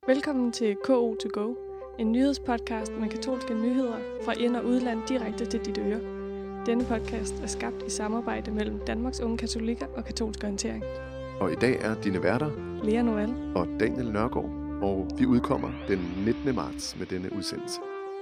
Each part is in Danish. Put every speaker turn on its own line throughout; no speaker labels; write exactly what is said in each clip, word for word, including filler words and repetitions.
Velkommen til K O to go, en nyhedspodcast med katolske nyheder fra ind- og udland direkte til dit øre. Denne podcast er skabt i samarbejde mellem Danmarks Unge Katolikker og Katolsk Orientering.
Og i dag er dine værter,
Lea Noel
og Daniel Nørgaard, og vi udkommer den nittende marts med denne udsendelse.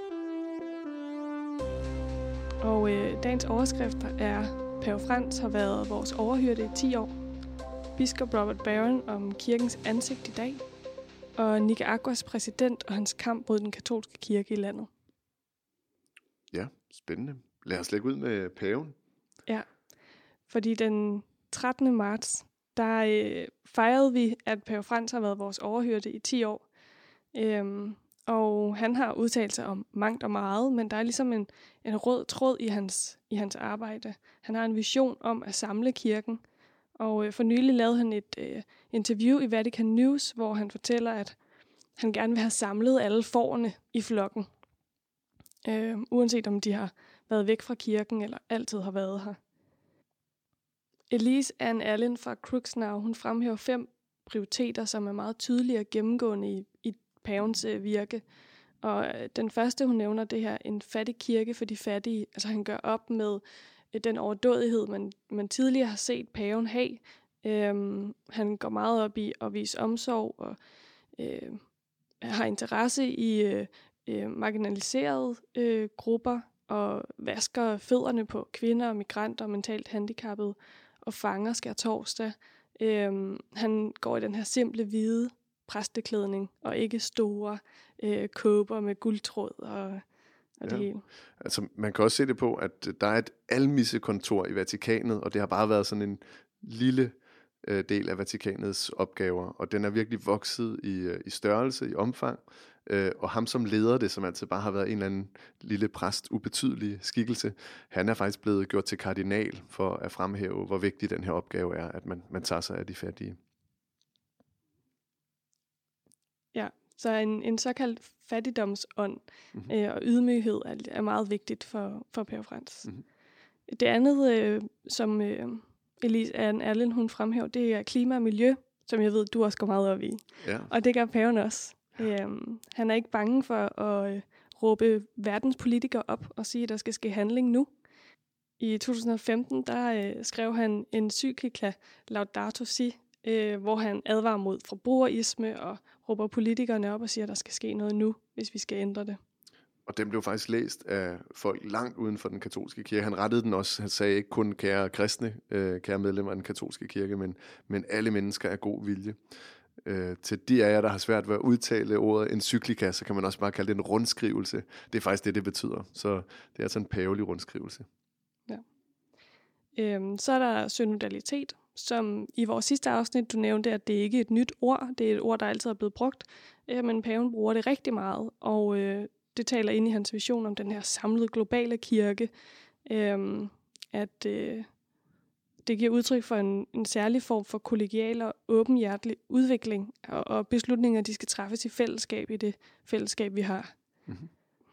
Og øh, dagens overskrifter er: Pave Frans har været vores overhyrde i ti år, biskop Robert Barron om kirkens ansigt i dag, og Nicaraguas præsident og hans kamp mod den katolske kirke i landet.
Ja, spændende. Lad os lægge ud med paven.
Ja, fordi den trettende marts, der øh, fejrede vi, at Pave Frans har været vores overhyrde i ti år. Øhm, og han har udtalt sig om mangt og meget, men der er ligesom en, en rød tråd i hans, i hans arbejde. Han har en vision om at samle kirken, og øh, for nylig lavede han et øh, interview i Vatican News, hvor han fortæller, at han gerne vil have samlet alle fårene i flokken, øh, uanset om de har været væk fra kirken eller altid har været her. Elise Ann Allen fra Crux Now, hun fremhæver fem prioriteter, som er meget tydelige og gennemgående i, i pavens øh, virke. Og øh, den første, hun nævner, det her, en fattig kirke for de fattige. Altså han gør op med øh, den overdådighed, man, man tidligere har set paven have. Øhm, han går meget op i at vise omsorg og øh, har interesse i øh, øh, marginaliserede øh, grupper og vasker fødderne på kvinder og migranter og mentalt handicappede og fanger skærtorsdag. Øhm, han går i den her simple hvide præsteklædning og ikke store øh, kåber med guldtråd og, og det
Ja.
hele.
Altså, man kan også se det på, at der er et almissekontor i Vatikanet, og det har bare været sådan en lille øh, del af Vatikanets opgaver, og den er virkelig vokset i, øh, i størrelse, i omfang, øh, og ham som leder det, som altid bare har været en eller anden lille præst, ubetydelig skikkelse, han er faktisk blevet gjort til kardinal for at fremhæve, hvor vigtig den her opgave er, at man, man tager sig af de fattige.
Ja, så en, en såkaldt fattigdomsånd
Mm-hmm.
øh, og ydmyghed er, er meget vigtigt for, for Pave Frans.
Mm-hmm.
Det andet, øh, som øh, Elise Ann Allen hun fremhæver, det er klima og miljø, som jeg ved, du også går meget op i.
Ja.
Og det gør paven også. Øhm, han er ikke bange for at øh, råbe verdens politikere op og sige, at der skal ske handling nu. I to tusind og femten der øh, skrev han en encyklika Laudato Si, øh, hvor han advarer mod forbrugerisme og råber politikerne op og siger, at der skal ske noget nu, hvis vi skal ændre det.
Og den blev faktisk læst af folk langt uden for den katolske kirke. Han rettede den også. Han sagde ikke kun kære kristne, øh, kære medlemmer af den katolske kirke, men, men alle mennesker af god vilje. Øh, til de af jer, der har svært ved at udtale ordet encyklika, så kan man også bare kalde det en rundskrivelse. Det er faktisk det, det betyder. Så det er altså en pavelig rundskrivelse.
Ja. Øhm, så er der synodalitet, som i vores sidste afsnit, du nævnte, at det ikke er et nyt ord. Det er et ord, der altid er blevet brugt. Øh, men paven bruger det rigtig meget, og øh, det taler ind i hans vision om den her samlede globale kirke. Øh, at øh, det giver udtryk for en, en særlig form for kollegial og åbenhjertelig udvikling, og, og beslutninger, de skal træffes i fællesskab, i det fællesskab, vi har.
Mm-hmm.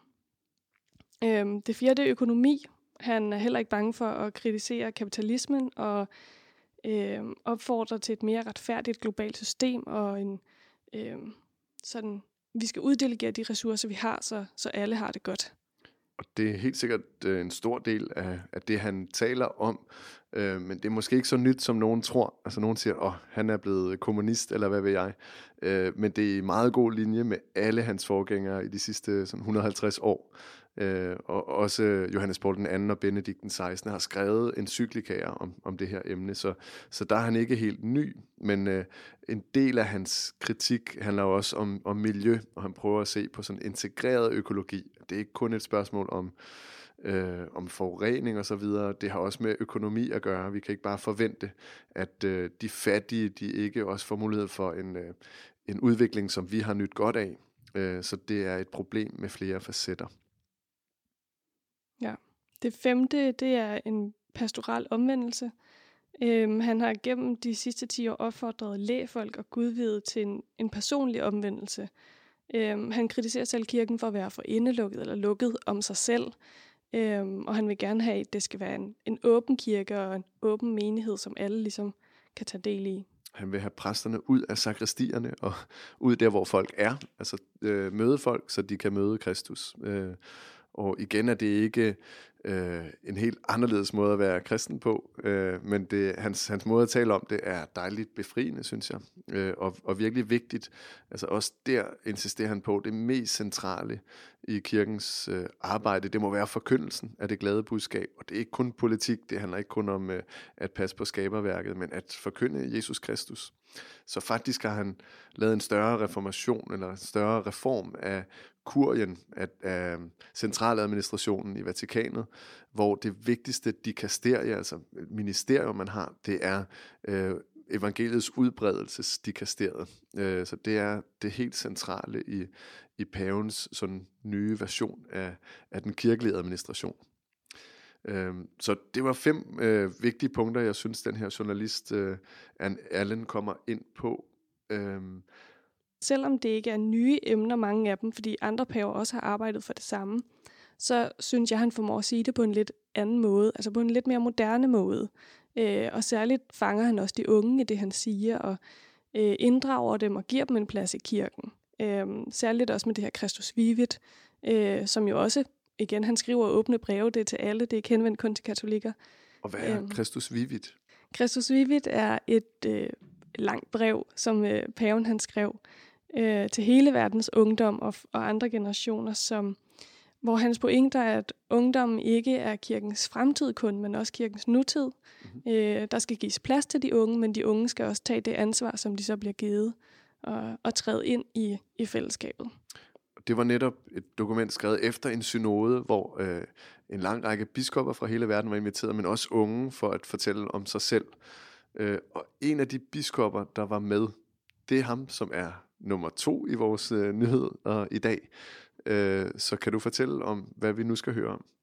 Øh, det fjerde er økonomi. Han er heller ikke bange for at kritisere kapitalismen og øh, opfordrer til et mere retfærdigt globalt system, og en øh, sådan, vi skal uddelegere de ressourcer, vi har, så, så alle har det godt.
Og det er helt sikkert øh, en stor del af, af det, han taler om, øh, men det er måske ikke så nyt, som nogen tror. Altså nogen siger, åh, han er blevet kommunist, eller hvad ved jeg. Øh, men det er i meget god linje med alle hans forgængere i de sidste sådan, et hundrede og halvtreds år. Øh, og også Johannes Paul den anden og Benedikt den sekstende har skrevet encyklikaer om, om det her emne, så, så der er han ikke helt ny, men øh, en del af hans kritik handler jo også om, om miljø, og han prøver at se på sådan integreret økologi. Det er ikke kun et spørgsmål om, øh, om forurening og så videre, det har også med økonomi at gøre. Vi kan ikke bare forvente, at øh, de fattige, de ikke også får mulighed for en, øh, en udvikling, som vi har nyt godt af, øh, så det er et problem med flere facetter.
Ja. Det femte, det er en pastoral omvendelse. Øhm, han har gennem de sidste ti år opfordret lægfolk og gudviede til en, en personlig omvendelse. Øhm, han kritiserer selv kirken for at være for indelukket eller lukket om sig selv. Øhm, og han vil gerne have, at det skal være en, en åben kirke og en åben menighed, som alle ligesom kan tage del i.
Han vil have præsterne ud af sakristierne og ud der, hvor folk er, altså øh, møde folk, så de kan møde Kristus. Øh, og igen er det ikke øh, en helt anderledes måde at være kristen på, øh, men det, hans, hans måde at tale om det er dejligt befriende, synes jeg, øh, og, og virkelig vigtigt. Altså også der insisterer han på, det mest centrale i kirkens øh, arbejde, det må være forkyndelsen af det glade budskab, og det er ikke kun politik, det handler ikke kun om øh, at passe på skaberværket, men at forkynde Jesus Kristus. Så faktisk har han lavet en større reformation, eller en større reform af kurien, af, af centraladministrationen i Vatikanet, hvor det vigtigste dikasterie, altså ministerium man har, det er øh, evangeliets udbredelsesdikasteriet. Øh, så det er det helt centrale i, i pavens sådan nye version af, af den kirkelige administration. Øh, så det var fem øh, vigtige punkter, jeg synes, den her journalist, øh, Anne Allen, kommer ind på. Øh,
Selvom det ikke er nye emner, mange af dem, fordi andre paver også har arbejdet for det samme, så synes jeg, han formår at sige det på en lidt anden måde, altså på en lidt mere moderne måde. Øh, og særligt fanger han også de unge i det, han siger, og øh, inddrager dem og giver dem en plads i kirken. Øh, særligt også med det her Christus Vivit, øh, som jo også, igen, han skriver åbne breve, det er til alle, det er ikke henvendt kun til katolikker.
Og hvad er øh, Christus Vivit?
Christus Vivit er et øh, langt brev, som øh, paven han skrev, øh, til hele verdens ungdom og, og andre generationer, som, hvor hans pointer er, at ungdommen ikke er kirkens fremtid kun, men også kirkens nutid. Mm-hmm. Øh, der skal gives plads til de unge, men de unge skal også tage det ansvar, som de så bliver givet, og, og træde ind i, i fællesskabet.
Det var netop et dokument skrevet efter en synode, hvor øh, en lang række biskopper fra hele verden var inviteret, men også unge for at fortælle om sig selv. Øh, og en af de biskopper, der var med, det er ham, som er nummer to i vores øh, nyhed og i dag. Øh, så kan du fortælle om, hvad vi nu skal høre om?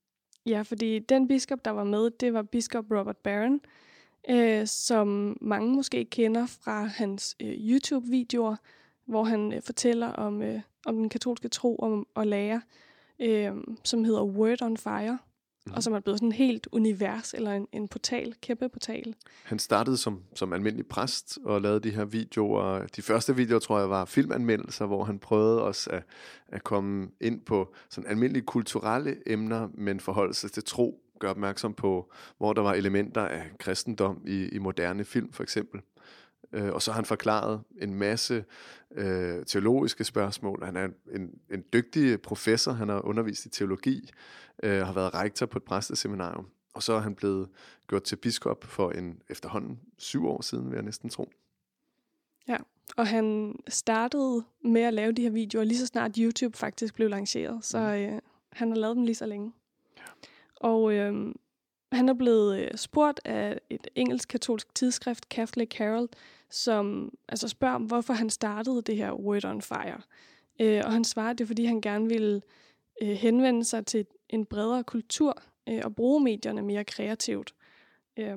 Ja, fordi den biskop, der var med, det var biskop Robert Barron, øh, som mange måske kender fra hans øh, YouTube-videoer, hvor han øh, fortæller om, øh, om den katolske tro og, og lære, øh, som hedder Word on Fire, mm-hmm. og som er blevet sådan en helt univers, eller en, en portal, kæmpe portal.
Han startede som, som almindelig præst og lavede de her videoer. De første videoer, tror jeg, var filmanmeldelser, hvor han prøvede også at, at komme ind på sådan almindelige kulturelle emner, men forholde sig til tro, gøre opmærksom på, hvor der var elementer af kristendom i, i moderne film, for eksempel. Øh, og så har han forklaret en masse øh, teologiske spørgsmål. Han er en, en dygtig professor, han har undervist i teologi, øh, har været rektor på et præsteseminarium, og så er han blevet gjort til biskop for en efterhånden syv år siden, vil jeg næsten tro.
Ja, og han startede med at lave de her videoer, lige så snart YouTube faktisk blev lanceret, så øh, han har lavet dem lige så længe. Ja. Og øh, han er blevet spurgt af et engelsk-katolsk tidsskrift, Catholic Herald, som altså spørger om, hvorfor han startede det her Word on Fire. Øh, og han svarer, at det er, fordi han gerne ville øh, henvende sig til en bredere kultur øh, og bruge medierne mere kreativt. Øh,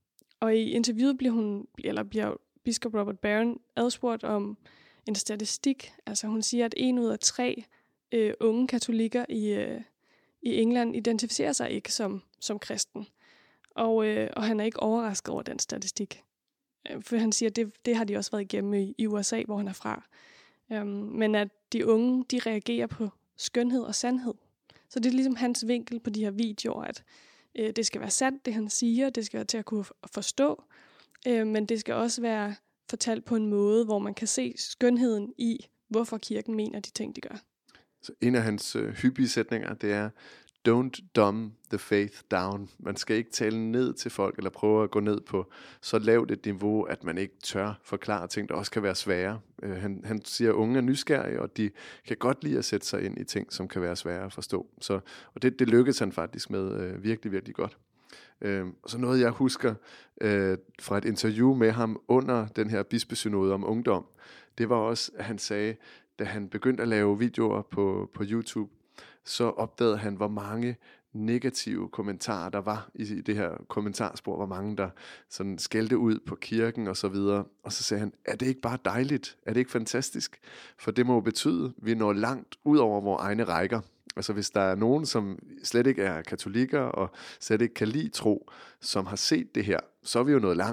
og i interviewet bliver, hun, eller bliver biskop Robert Barron adspurgt om en statistik. Altså hun siger, at en ud af tre øh, unge katolikker i øh, i England identificerer sig ikke som, som kristen. Og, øh, og han er ikke overrasket over den statistik. For han siger, at det, det har de også været igennem i, i U S A, hvor han er fra. Um, men at de unge, de reagerer på skønhed og sandhed. Så det er ligesom hans vinkel på de her videoer, at øh, det skal være sandt, det han siger, det skal være til at kunne forstå, øh, men det skal også være fortalt på en måde, hvor man kan se skønheden i, hvorfor kirken mener de ting, de gør.
Så en af hans øh, hyppige sætninger, det er, don't dumb the faith down. Man skal ikke tale ned til folk, eller prøve at gå ned på så lavt et niveau, at man ikke tør forklare ting, der også kan være svære. Øh, han, han siger, at unge er nysgerrige, og de kan godt lide at sætte sig ind i ting, som kan være svære at forstå. Så, og det, det lykkedes han faktisk med øh, virkelig, virkelig godt. Øh, og så noget, jeg husker øh, fra et interview med ham under den her bispesynode om ungdom, det var også, at han sagde, da han begyndte at lave videoer på, på YouTube, så opdagede han, hvor mange negative kommentarer der var i, i det her kommentarspor, hvor mange der sådan skældte ud på kirken og så videre. Og så sagde han, er det ikke bare dejligt? Er det ikke fantastisk? For det må jo betyde, at vi når langt ud over vores egne rækker. Altså hvis der er nogen, som slet ikke er katolikker og slet ikke kan lide tro, som har set det her, så er vi jo nået langt.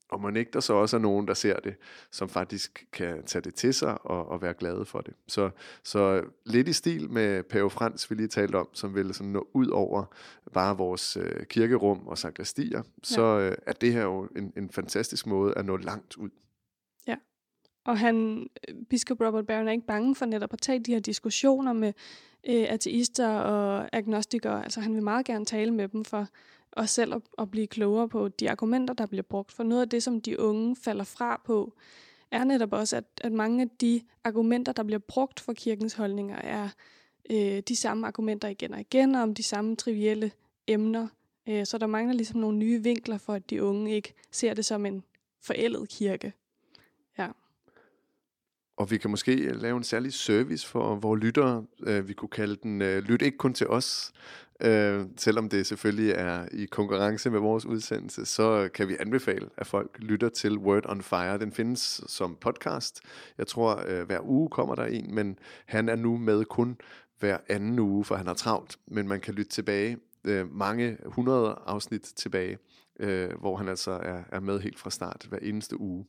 Og må ikke der så også er nogen, der ser det, som faktisk kan tage det til sig og, og være glade for det. Så, så lidt i stil med Pave Frans, vi lige talte om, som vil sådan nå ud over bare vores øh, kirkerum og sakristier, så øh, er det her jo en, en fantastisk måde at nå langt ud.
Ja, og han, biskop Robert Barron er ikke bange for netop at tage de her diskussioner med øh, ateister og agnostikere. Altså han vil meget gerne tale med dem for os selv at, at blive klogere på de argumenter, der bliver brugt. For noget af det, som de unge falder fra på, er netop også, at, at mange af de argumenter, der bliver brugt for kirkens holdninger, er øh, de samme argumenter igen og igen, og om de samme trivielle emner. Øh, så der mangler ligesom nogle nye vinkler for, at de unge ikke ser det som en forældet kirke. Ja.
Og vi kan måske lave en særlig service for vores lyttere. Vi kunne kalde den øh, Lyt ikke kun til os. Øh, selvom det selvfølgelig er i konkurrence med vores udsendelse, så kan vi anbefale, at folk lytter til Word on Fire. Den findes som podcast. Jeg tror, øh, hver uge kommer der en, men han er nu med kun hver anden uge, for han har travlt. Men man kan lytte tilbage, øh, mange hundrede afsnit tilbage, øh, hvor han altså er, er med helt fra start hver eneste uge.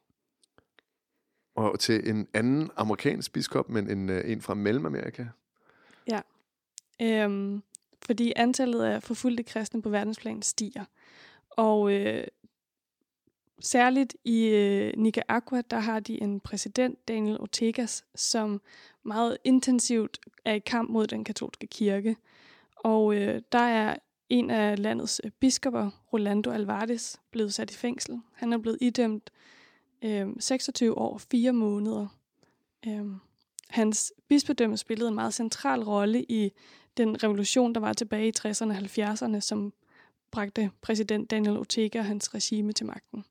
Og til en anden amerikansk biskop, men en, en fra Mellemamerika.
Ja, øhm, fordi antallet af forfulgte kristne på verdensplan stiger. Og øh, særligt i øh, Nicaragua, der har de en præsident, Daniel Ortegas, som meget intensivt er i kamp mod den katolske kirke. Og øh, der er en af landets biskopper, Rolando Alvarez, blevet sat i fængsel. Han er blevet idømt Øhm, seksogtyve år og fire måneder. Øhm, hans bispedømme spillede en meget central rolle i den revolution, der var tilbage i tresserne og halvfjerdserne, som bragte præsident Daniel Ortega og hans regime til magten.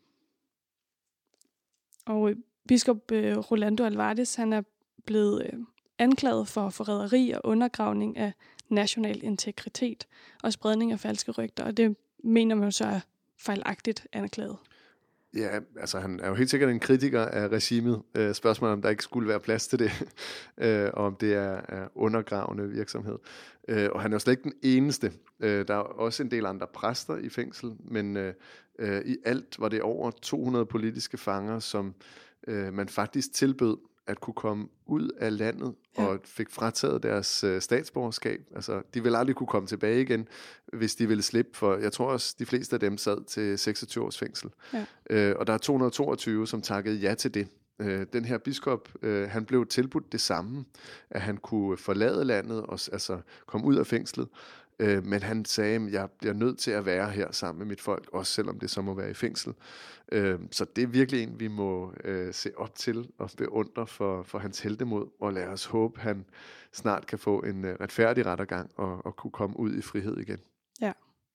Og øh, biskop øh, Rolando Alvarez, han er blevet øh, anklaget for forræderi og undergravning af national integritet og spredning af falske rygter, og det mener man jo så er fejlagtigt anklaget.
Ja, altså han er jo helt sikkert en kritiker af regimet. Øh, spørgsmålet om der ikke skulle være plads til det, øh, og om det er, er undergravende virksomhed. Øh, og han er jo slet ikke den eneste. Øh, der er også en del andre præster i fængsel, men øh, øh, i alt var det over to hundrede politiske fanger, som øh, man faktisk tilbød at kunne komme ud af landet, ja. Og fik frataget deres øh, statsborgerskab. Altså, de ville aldrig kunne komme tilbage igen, hvis de ville slippe, for jeg tror også, de fleste af dem sad til seksogtyve års fængsel. Ja. Øh, og der er to hundrede og toogtyve, som takkede ja til det. Øh, den her biskop, øh, han blev tilbudt det samme, at han kunne forlade landet og altså komme ud af fængslet. Øh, men han sagde, at jeg bliver nødt til at være her sammen med mit folk, også selvom det så må være i fængsel. Øh, så det er virkelig en, vi må øh, se op til og beundre for, for hans heltemod, og lad os håbe, han snart kan få en øh, retfærdig rettergang og, og kunne komme ud i frihed igen.
Ja.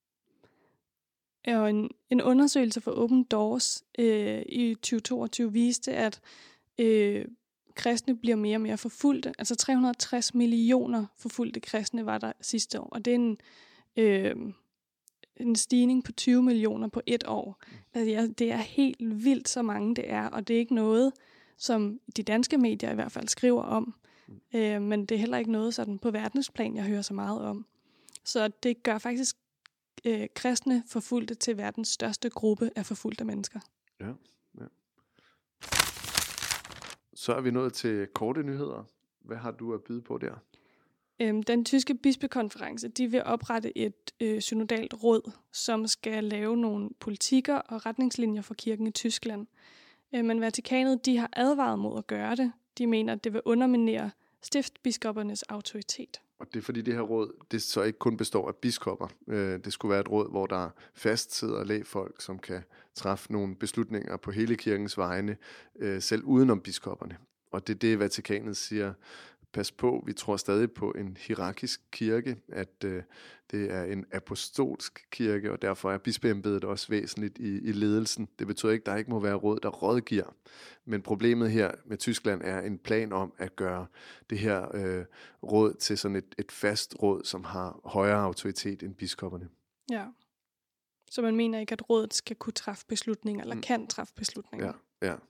Og en, en undersøgelse fra Open Doors øh, i tyve toogtyve viste, at øh, kristne bliver mere og mere forfulgte. Altså tre hundrede og tres millioner forfulgte kristne var der sidste år, og det er en, øh, en stigning på tyve millioner på et år. Altså, ja, det er helt vildt, så mange det er, og det er ikke noget, som de danske medier i hvert fald skriver om. Øh, men det er heller ikke noget sådan på verdensplan, jeg hører så meget om. Så det gør faktisk øh, kristne forfulgte til verdens største gruppe af forfulgte mennesker.
Ja, ja. Så er vi nået til korte nyheder. Hvad har du at byde på der?
Øhm, den tyske bispekonference, de vil oprette et øh, synodalt råd, som skal lave nogle politikker og retningslinjer for kirken i Tyskland. Øh, men Vatikanet, de har advaret mod at gøre det. De mener, at det vil underminere stiftbiskoppernes autoritet.
Og det er fordi det her råd, det så ikke kun består af biskopper. Øh, det skulle være et råd, hvor der fast sidder lægfolk, som kan træffe nogle beslutninger på hele kirkens vegne, øh, selv udenom biskopperne. Og det er det, Vatikanet siger, pas på, vi tror stadig på en hierarkisk kirke, at øh, det er en apostolsk kirke, og derfor er bispeembedet også væsentligt i, i ledelsen. Det betyder ikke, at der ikke må være råd, der rådgiver. Men problemet her med Tyskland er en plan om at gøre det her øh, råd til sådan et, et fast råd, som har højere autoritet end biskopperne.
Ja, så man mener ikke, at rådet skal kunne træffe beslutninger, eller
mm.
kan træffe beslutninger.
Ja, ja. ja.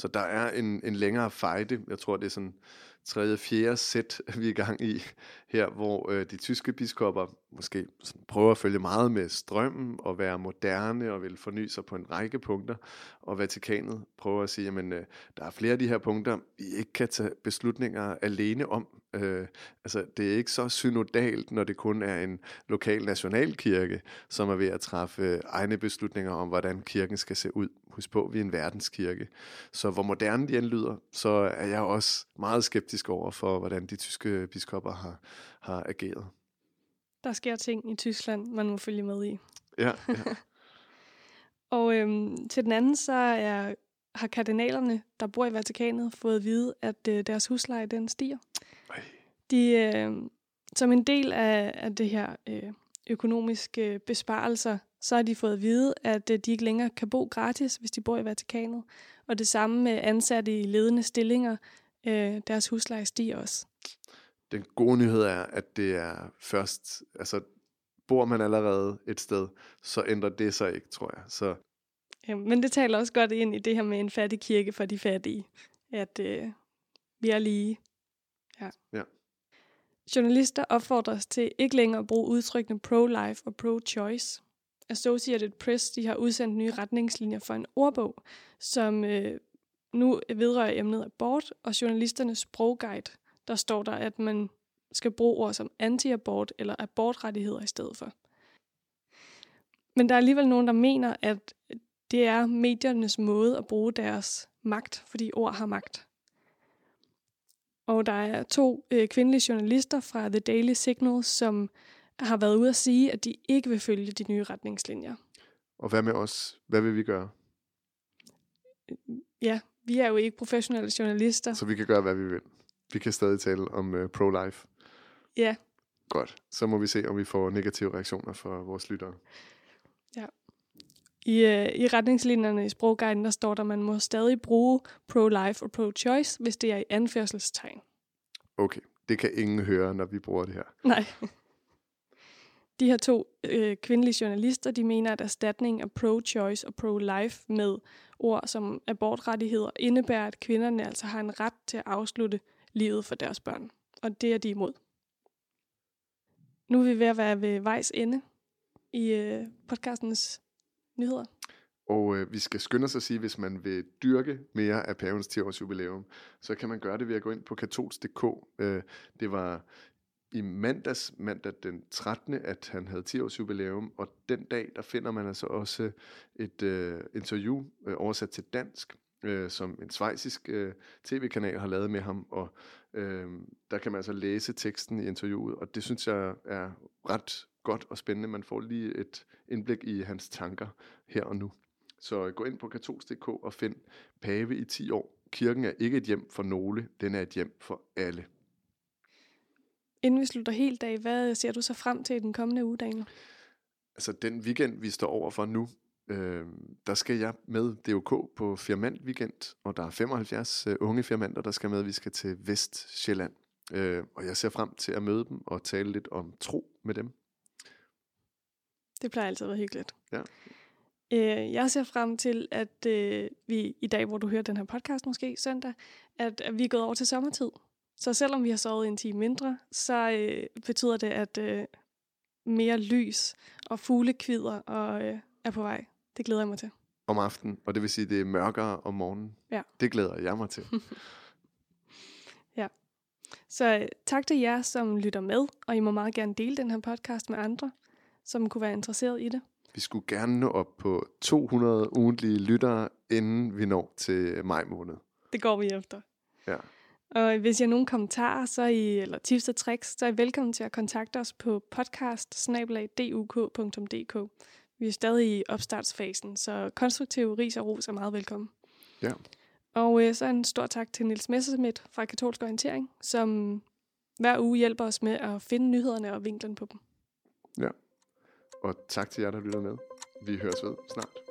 Så der er en, en længere fejde. Jeg tror, det er sådan tredje, fjerde sæt, vi er i gang i her, hvor øh, de tyske biskopper måske sådan prøver at følge meget med strømmen og være moderne og vil forny sig på en række punkter. Og Vatikanet prøver at sige, at øh, der er flere af de her punkter, vi ikke kan tage beslutninger alene om. Øh, altså, det er ikke så synodalt, når det kun er en lokal nationalkirke, som er ved at træffe øh, egne beslutninger om, hvordan kirken skal se ud. Husk på, vi er en verdenskirke. Så hvor moderne de anlyder, så er jeg også meget skeptisk over for, hvordan de tyske biskopper har, har ageret.
Der sker ting i Tyskland, man må følge med i.
Ja, ja.
Og øhm, til den anden, så er, har kardinalerne, der bor i Vatikanet, fået at vide, at øh, deres husleje, den stiger.
Ej.
De, øh, som en del af, af det her øh, økonomiske besparelser, så har de fået at vide, at øh, de ikke længere kan bo gratis, hvis de bor i Vatikanet. Og det samme med ansatte i ledende stillinger. Øh, deres husleje stiger også.
Den gode nyhed er, at det er først, altså bor man allerede et sted, så ændrer det sig ikke, tror jeg. Så.
Ja, men det taler også godt ind i det her med en fattig kirke for de fattige. At øh, vi er lige. Ja.
Ja.
Journalister opfordres til ikke længere at bruge udtrykkene pro-life og pro-choice. Associated Press de har udsendt nye retningslinjer for en ordbog, som øh, nu vedrører emnet abort, og journalisternes sprogguide, der står der, at man skal bruge ord som anti-abort eller abortrettigheder i stedet for. Men der er alligevel nogen, der mener, at det er mediernes måde at bruge deres magt, fordi ord har magt. Og der er to øh, kvindelige journalister fra The Daily Signal, som har været ude at sige, at de ikke vil følge de nye retningslinjer.
Og hvad med os? Hvad vil vi gøre?
Ja, vi er jo ikke professionelle journalister.
Så vi kan gøre, hvad vi vil. Vi kan stadig tale om uh, pro-life.
Ja.
Godt. Så må vi se, om vi får negative reaktioner fra vores lyttere.
Ja. I, øh, I retningslinjerne i sprogguiden, der står der, at man må stadig bruge pro-life og pro-choice, hvis det er i anførselstegn.
Okay, det kan ingen høre, når vi bruger det her.
Nej. De her to øh, kvindelige journalister, de mener, at erstatning af pro-choice og pro-life med ord som abortrettigheder indebærer, at kvinderne altså har en ret til at afslutte livet for deres børn. Og det er de imod. Nu er vi ved at være ved vejs ende i øh, podcastens nyheder.
Og øh, vi skal skynde os at sige, hvis man vil dyrke mere af pavens ti års jubilæum, så kan man gøre det ved at gå ind på katolsk punktum d k. Øh, det var i mandags, mandag den trettende, at han havde ti års jubilæum, og den dag, der finder man altså også et øh, interview øh, oversat til dansk, øh, som en schweizisk øh, tv-kanal har lavet med ham, og øh, der kan man altså læse teksten i interviewet, og det synes jeg er ret godt og spændende. Man får lige et indblik i hans tanker her og nu. Så gå ind på katolsk punktum d k og find Pave i ti år. Kirken er ikke et hjem for nogle, den er et hjem for alle.
Inden vi slutter helt af, hvad ser du så frem til i den kommende uge, Daniel?
Altså den weekend, vi står over for nu, øh, der skal jeg med D O K på Firmand Weekend, og der er femoghalvfjerds øh, unge firmanter, der skal med. Vi skal til Vestsjælland, øh, og jeg ser frem til at møde dem og tale lidt om tro med dem.
Det plejer altid at være hyggeligt.
Ja.
Øh, jeg ser frem til, at øh, vi i dag, hvor du hører den her podcast måske søndag, at, at vi er gået over til sommertid. Så selvom vi har sovet en time mindre, så øh, betyder det, at øh, mere lys og fuglekvidder og, øh, er på vej. Det glæder jeg mig til.
Om aftenen, og det vil sige, at det er mørkere om morgenen.
Ja.
Det glæder jeg mig til.
Ja. Så øh, tak til jer, som lytter med, og I må meget gerne dele den her podcast med andre, som kunne være interesseret i det.
Vi skulle gerne nå op på to hundrede ugentlige lyttere, inden vi når til maj måned.
Det går vi efter.
Ja.
Og hvis I har nogle kommentarer, så er I, eller tips og tricks, så er I velkommen til at kontakte os på podcast bindestreg d u k punktum d k. Vi er stadig i opstartsfasen, så konstruktiv ris og ros er meget velkommen.
Ja.
Og øh, så en stor tak til Niels Messerschmidt fra Katolsk Orientering, som hver uge hjælper os med at finde nyhederne og vinklen på dem.
Ja. Og tak til jer, der lytter med. Vi høres ved snart.